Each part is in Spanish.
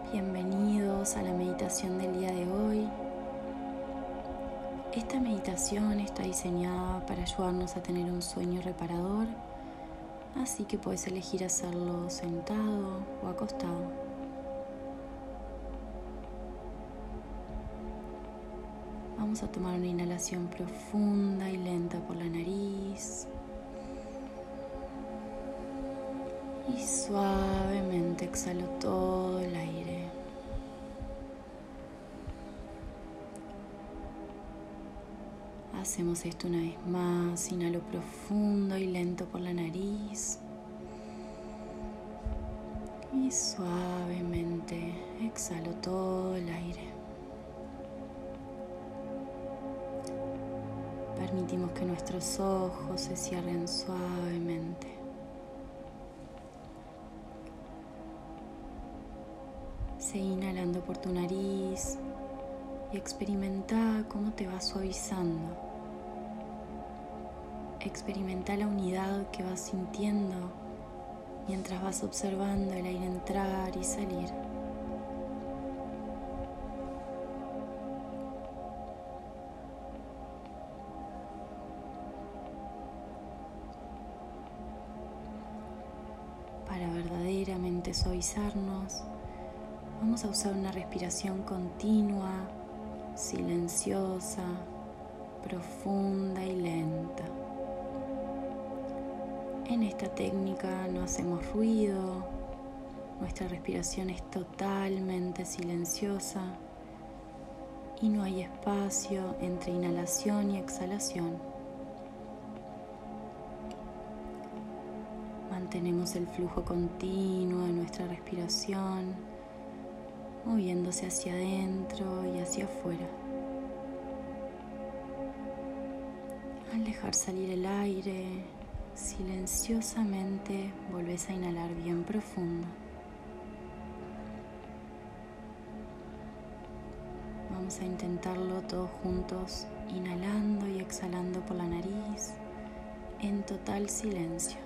Bienvenidos a la meditación del día de hoy. Esta meditación está diseñada para ayudarnos a tener un sueño reparador, así que puedes elegir hacerlo sentado o acostado. Vamos a tomar una inhalación profunda y lenta por la nariz y suavemente exhalo todo el aire. Hacemos esto una vez más. Inhalo profundo y lento por la nariz y suavemente exhalo todo el aire. Permitimos que nuestros ojos se cierren suavemente. Sigue inhalando por tu nariz y experimenta cómo te va suavizando. Experimenta la unidad que vas sintiendo mientras vas observando el aire entrar y salir. Para verdaderamente suavizarnos, vamos a usar una respiración continua, silenciosa, profunda y lenta. En esta técnica no hacemos ruido, nuestra respiración es totalmente silenciosa y no hay espacio entre inhalación y exhalación. Mantenemos el flujo continuo de nuestra respiración, moviéndose hacia adentro y hacia afuera. Al dejar salir el aire, silenciosamente volvés a inhalar bien profundo. Vamos a intentarlo todos juntos, inhalando y exhalando por la nariz en total silencio.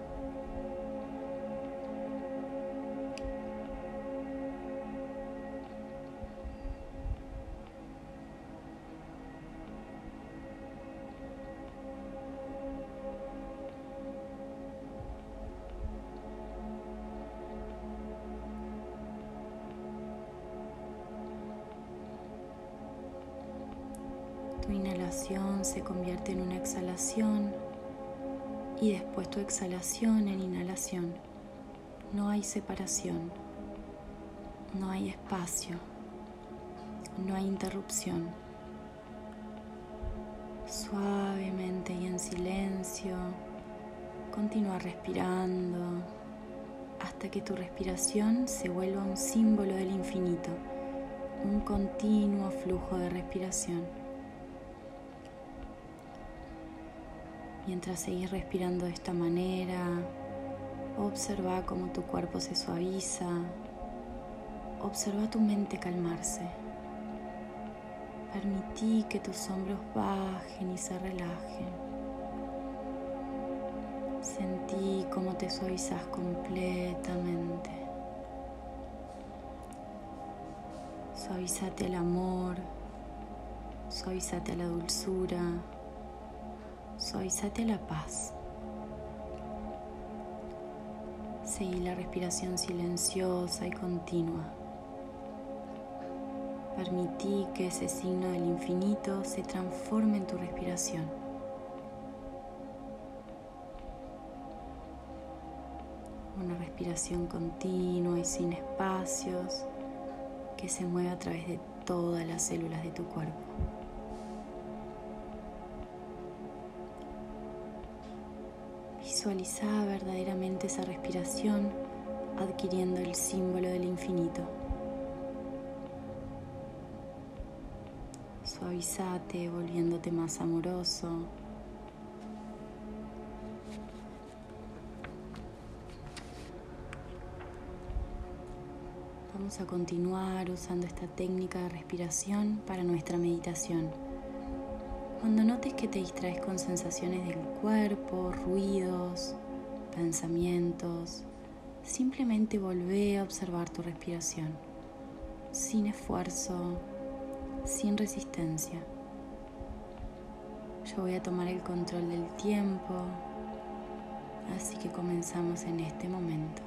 Tu inhalación se convierte en una exhalación y después tu exhalación en inhalación. No hay separación, no hay espacio, no hay interrupción. Suavemente y en silencio, continúa respirando hasta que tu respiración se vuelva un símbolo del infinito, un continuo flujo de respiración. Mientras seguís respirando de esta manera, observa cómo tu cuerpo se suaviza, observa tu mente calmarse. Permití que tus hombros bajen y se relajen. Sentí cómo te suavizas completamente. Suavízate al amor, suavízate a la dulzura, suavízate a la paz. Seguí la respiración silenciosa y continua. Permití que ese signo del infinito se transforme en tu respiración. Una respiración continua y sin espacios que se mueve a través de todas las células de tu cuerpo. Visualiza verdaderamente esa respiración adquiriendo el símbolo del infinito. Suavízate, volviéndote más amoroso. Vamos a continuar usando esta técnica de respiración para nuestra meditación. Cuando notes que te distraes con sensaciones del cuerpo, ruidos, pensamientos, simplemente volvé a observar tu respiración. sin esfuerzo, sin resistencia. Yo voy a tomar el control del tiempo, así que comenzamos en este momento.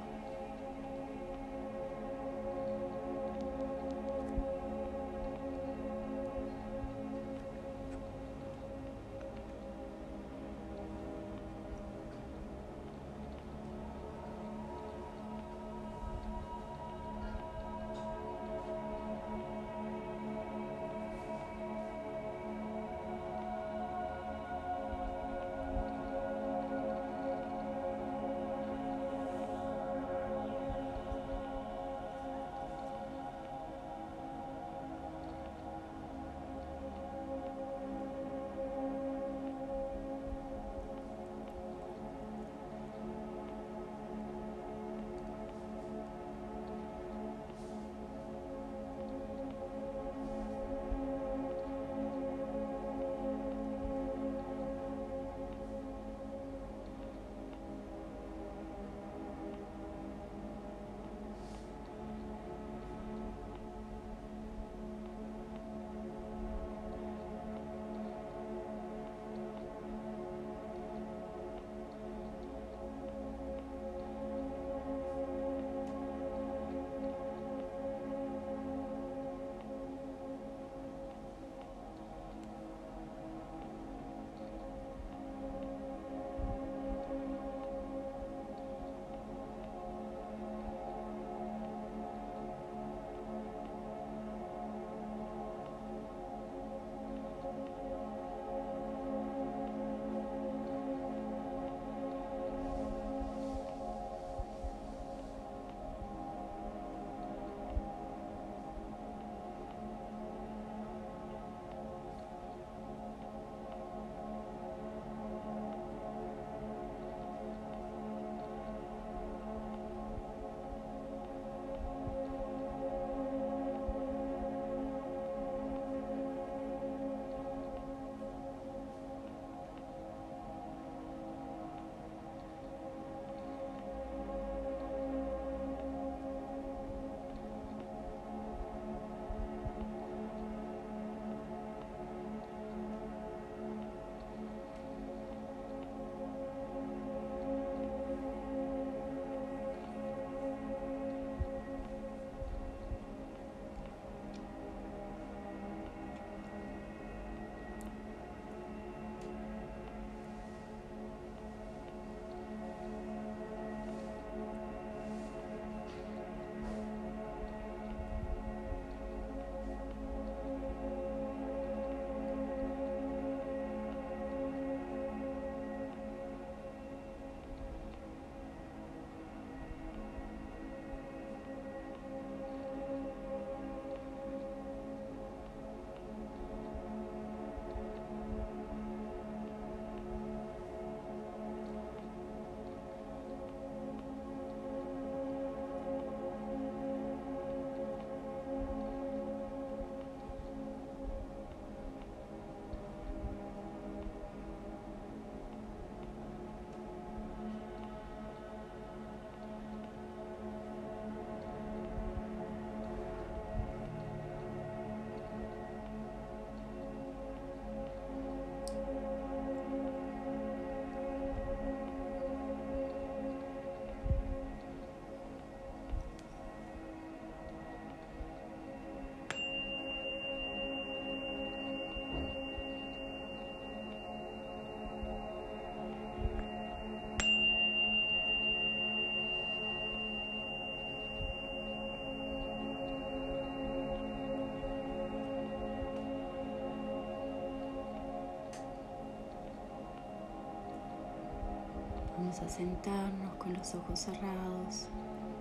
Vamos a sentarnos con los ojos cerrados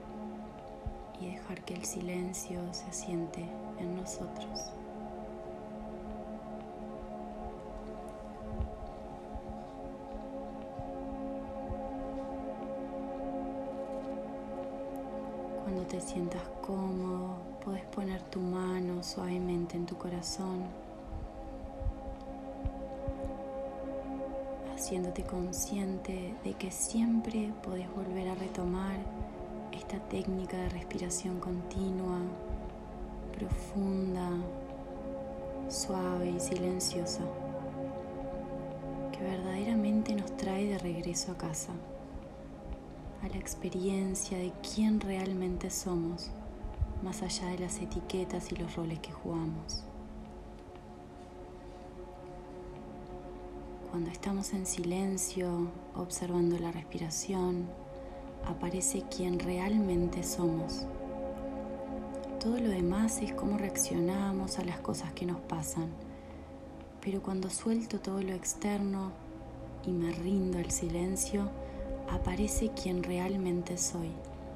y dejar que el silencio se asiente en nosotros. Cuando te sientas cómodo, puedes poner tu mano suavemente en tu corazón, haciéndote consciente de que siempre podés volver a retomar esta técnica de respiración continua profunda, suave y silenciosa, que verdaderamente nos trae de regreso a casa, a la experiencia de quién realmente somos, más allá de las etiquetas y los roles que jugamos. Cuando estamos en silencio, observando la respiración, aparece quién realmente somos. Todo lo demás es cómo reaccionamos a las cosas que nos pasan. Pero cuando suelto todo lo externo y me rindo al silencio, aparece quien realmente soy.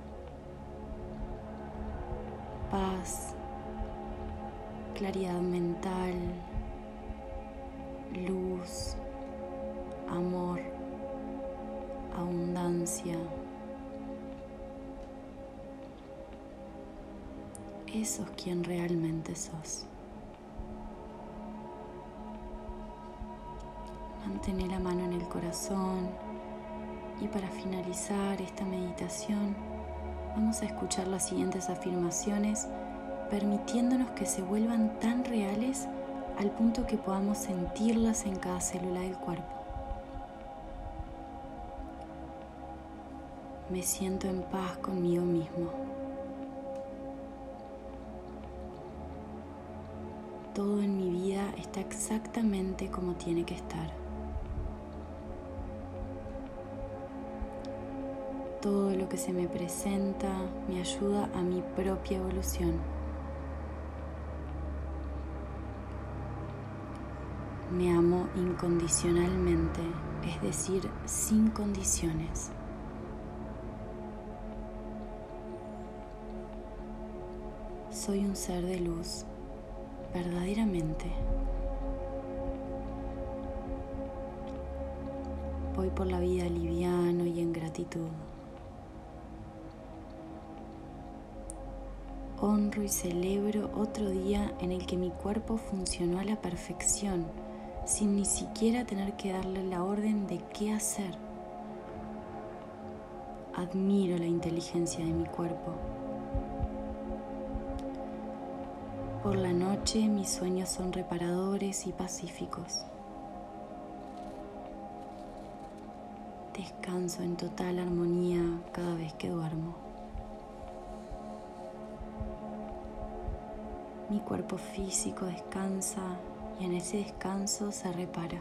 Paz, claridad mental, luz, amor, abundancia. Eso es quien realmente sos. Mantén la mano en el corazón y para finalizar esta meditación vamos a escuchar las siguientes afirmaciones, permitiéndonos que se vuelvan tan reales al punto que podamos sentirlas en cada célula del cuerpo. Me siento en paz conmigo mismo. Todo en mi vida está exactamente como tiene que estar. Todo lo que se me presenta me ayuda a mi propia evolución. Me amo incondicionalmente, es decir, sin condiciones. Soy un ser de luz, verdaderamente. Voy por la vida liviano y en gratitud. Honro y celebro otro día en el que mi cuerpo funcionó a la perfección, sin ni siquiera tener que darle la orden de qué hacer. Admiro la inteligencia de mi cuerpo. Por la noche mis sueños son reparadores y pacíficos. Descanso en total armonía cada vez que duermo. Mi cuerpo físico descansa y en ese descanso se repara.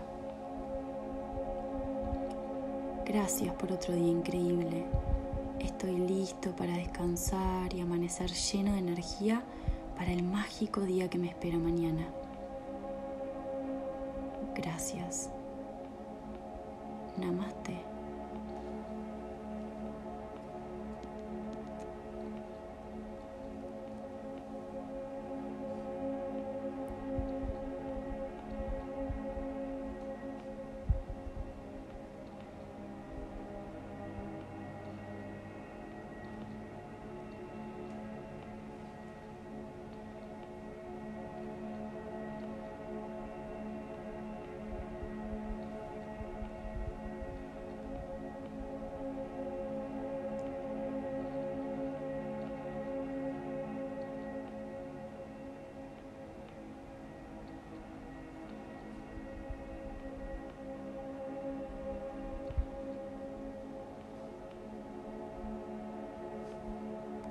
Gracias por otro día increíble. Estoy listo para descansar y amanecer lleno de energía para el mágico día que me espera mañana. Gracias. Namaste.